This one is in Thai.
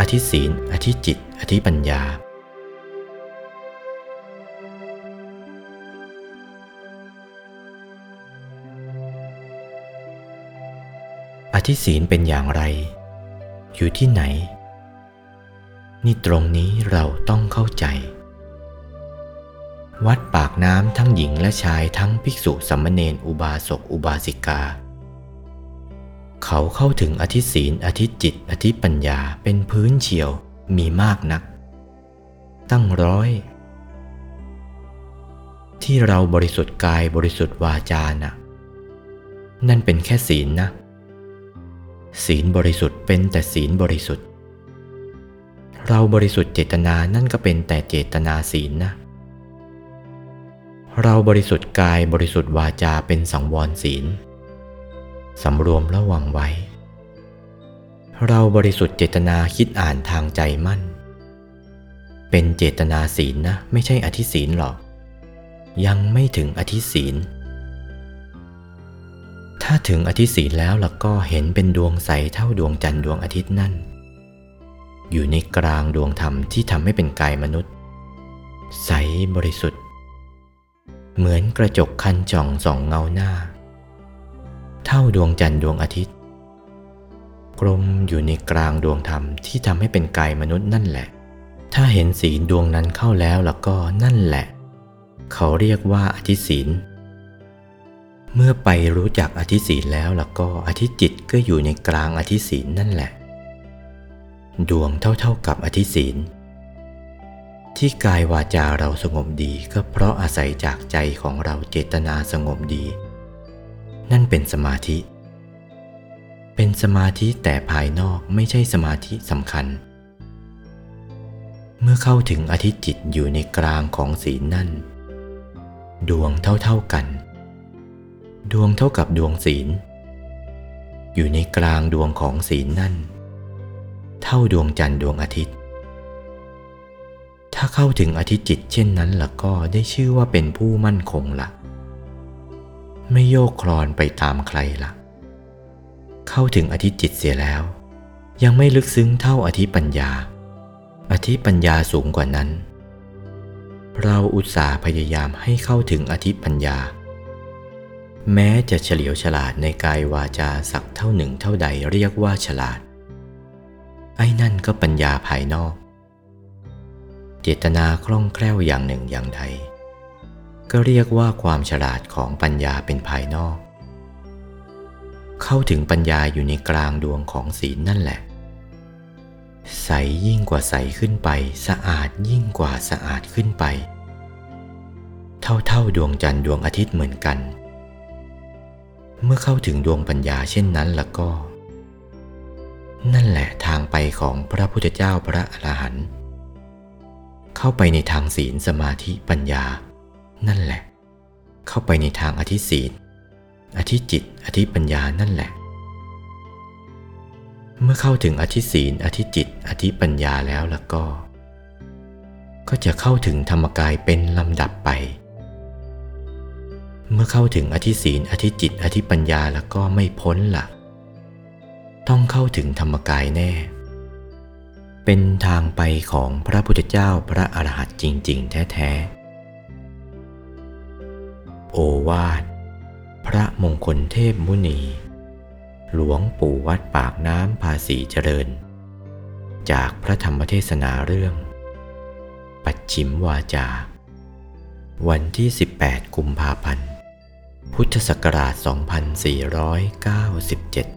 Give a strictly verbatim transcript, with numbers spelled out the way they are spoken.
ธิศีลอธิจิตอธิปัญญาอธิศีลเป็นอย่างไรอยู่ที่ไหนนี่ตรงนี้เราต้องเข้าใจวัดปากน้ำทั้งหญิงและชายทั้งภิกษุสามเณรอุบาสกอุบาสิกาเขาเข้าถึงอธิศีลอธิจิตอธิปัญญาเป็นพื้นเฉียวมีมากนักตั้งร้อยที่เราบริสุทธิ์กายบริสุทธิ์วาจานะนั่นเป็นแค่ศีลนะศีลบริสุทธิ์เป็นแต่ศีลบริสุทธิ์เราบริสุทธิ์เจตนานั่นก็เป็นแต่เจตนาศีลนะเราบริสุทธิ์กายบริสุทธิ์วาจาเป็นสังวรศีลสำรวมระวังไว้เราบริสุทธิ์เจตนาคิดอ่านทางใจมั่นเป็นเจตนาศีลนะไม่ใช่อธิศีลหรอกยังไม่ถึงอธิศีลถ้าถึงอธิศีลแล้วล่ะก็เห็นเป็นดวงใสเท่าดวงจันทร์ดวงอาทิตย์นั่นอยู่ในกลางดวงธรรมที่ทำให้เป็นกายมนุษย์ใสบริสุทธิ์เหมือนกระจกคันจ่องส่องเงาหน้าเท่าดวงจันทร์ดวงอาทิตย์กลมอยู่ในกลางดวงธรรมที่ทำให้เป็นกายมนุษย์นั่นแหละถ้าเห็นศีลดวงนั้นเข้าแล้วล่ะก็นั่นแหละเขาเรียกว่าอธิศีลเมื่อไปรู้จักอธิศีลแล้วล่ะก็อธิจิตก็อยู่ในกลางอธิศีลนั่นแหละดวงเท่าๆกับอธิศีลที่กายวาจาเราสงบดีก็เพราะอาศัยจากใจของเราเจตนาสงบดีนั่นเป็นสมาธิเป็นสมาธิแต่ภายนอกไม่ใช่สมาธิสำคัญเมื่อเข้าถึงอธิจิตอยู่ในกลางของศีลนั่นดวงเท่าๆกันดวงเท่ากับดวงศีลอยู่ในกลางดวงของศีลนั่นเท่าดวงจันทร์ดวงอาทิตย์ถ้าเข้าถึงอธิจิตเช่นนั้นล่ะก็ได้ชื่อว่าเป็นผู้มั่นคงละไม่โยกคลอนไปตามใครละเข้าถึงอธิจิตเสียแล้วยังไม่ลึกซึ้งเท่าอธิปัญญาอธิปัญญาสูงกว่านั้นเราอุตส่าห์พยายามให้เข้าถึงอธิปัญญาแม้จะเฉลียวฉลาดในกายวาจาสักเท่าหนึ่งเท่าใดเรียกว่าฉลาดไอ้นั่นก็ปัญญาภายนอกเจตนาคล่องแคล่วอย่างหนึ่งอย่างใดก็เรียกว่าความฉลาดของปัญญาเป็นภายนอกเข้าถึงปัญญาอยู่ในกลางดวงของศีลนั่นแหละใสยิ่งกว่าใสขึ้นไปสะอาดยิ่งกว่าสะอาดขึ้นไปเท่าๆดวงจันทร์ดวงอาทิตย์เหมือนกันเมื่อเข้าถึงดวงปัญญาเช่นนั้นแล้วก็นั่นแหละทางไปของพระพุทธเจ้าพระอรหันต์เข้าไปในทางศีลสมาธิปัญญานั่นแหละเข้าไปในทางอธิศีลอธิจิตอธิปัญญานั่นแหละเมื่อเข้าถึงอธิศีลอธิจิตอธิปัญญาแล้วล่ะก็ก็จะเข้าถึงธรรมกายเป็นลำดับไปเมื่อเข้าถึงอธิศีลอธิจิตอธิปัญญาแล้วก็ไม่พ้นละต้องเข้าถึงธรรมกายแน่เป็นทางไปของพระพุทธเจ้าพระอรหันต์จริงๆแท้ๆโอวาทพระมงคลเทพมุนีหลวงปู่วัดปากน้ำภาษีเจริญจากพระธรรมเทศนาเรื่องปัจฉิมวาจาวันที่สิบแปดกุมภาพันธ์พุทธศักราชสองพันสี่ร้อยเก้าสิบเจ็ด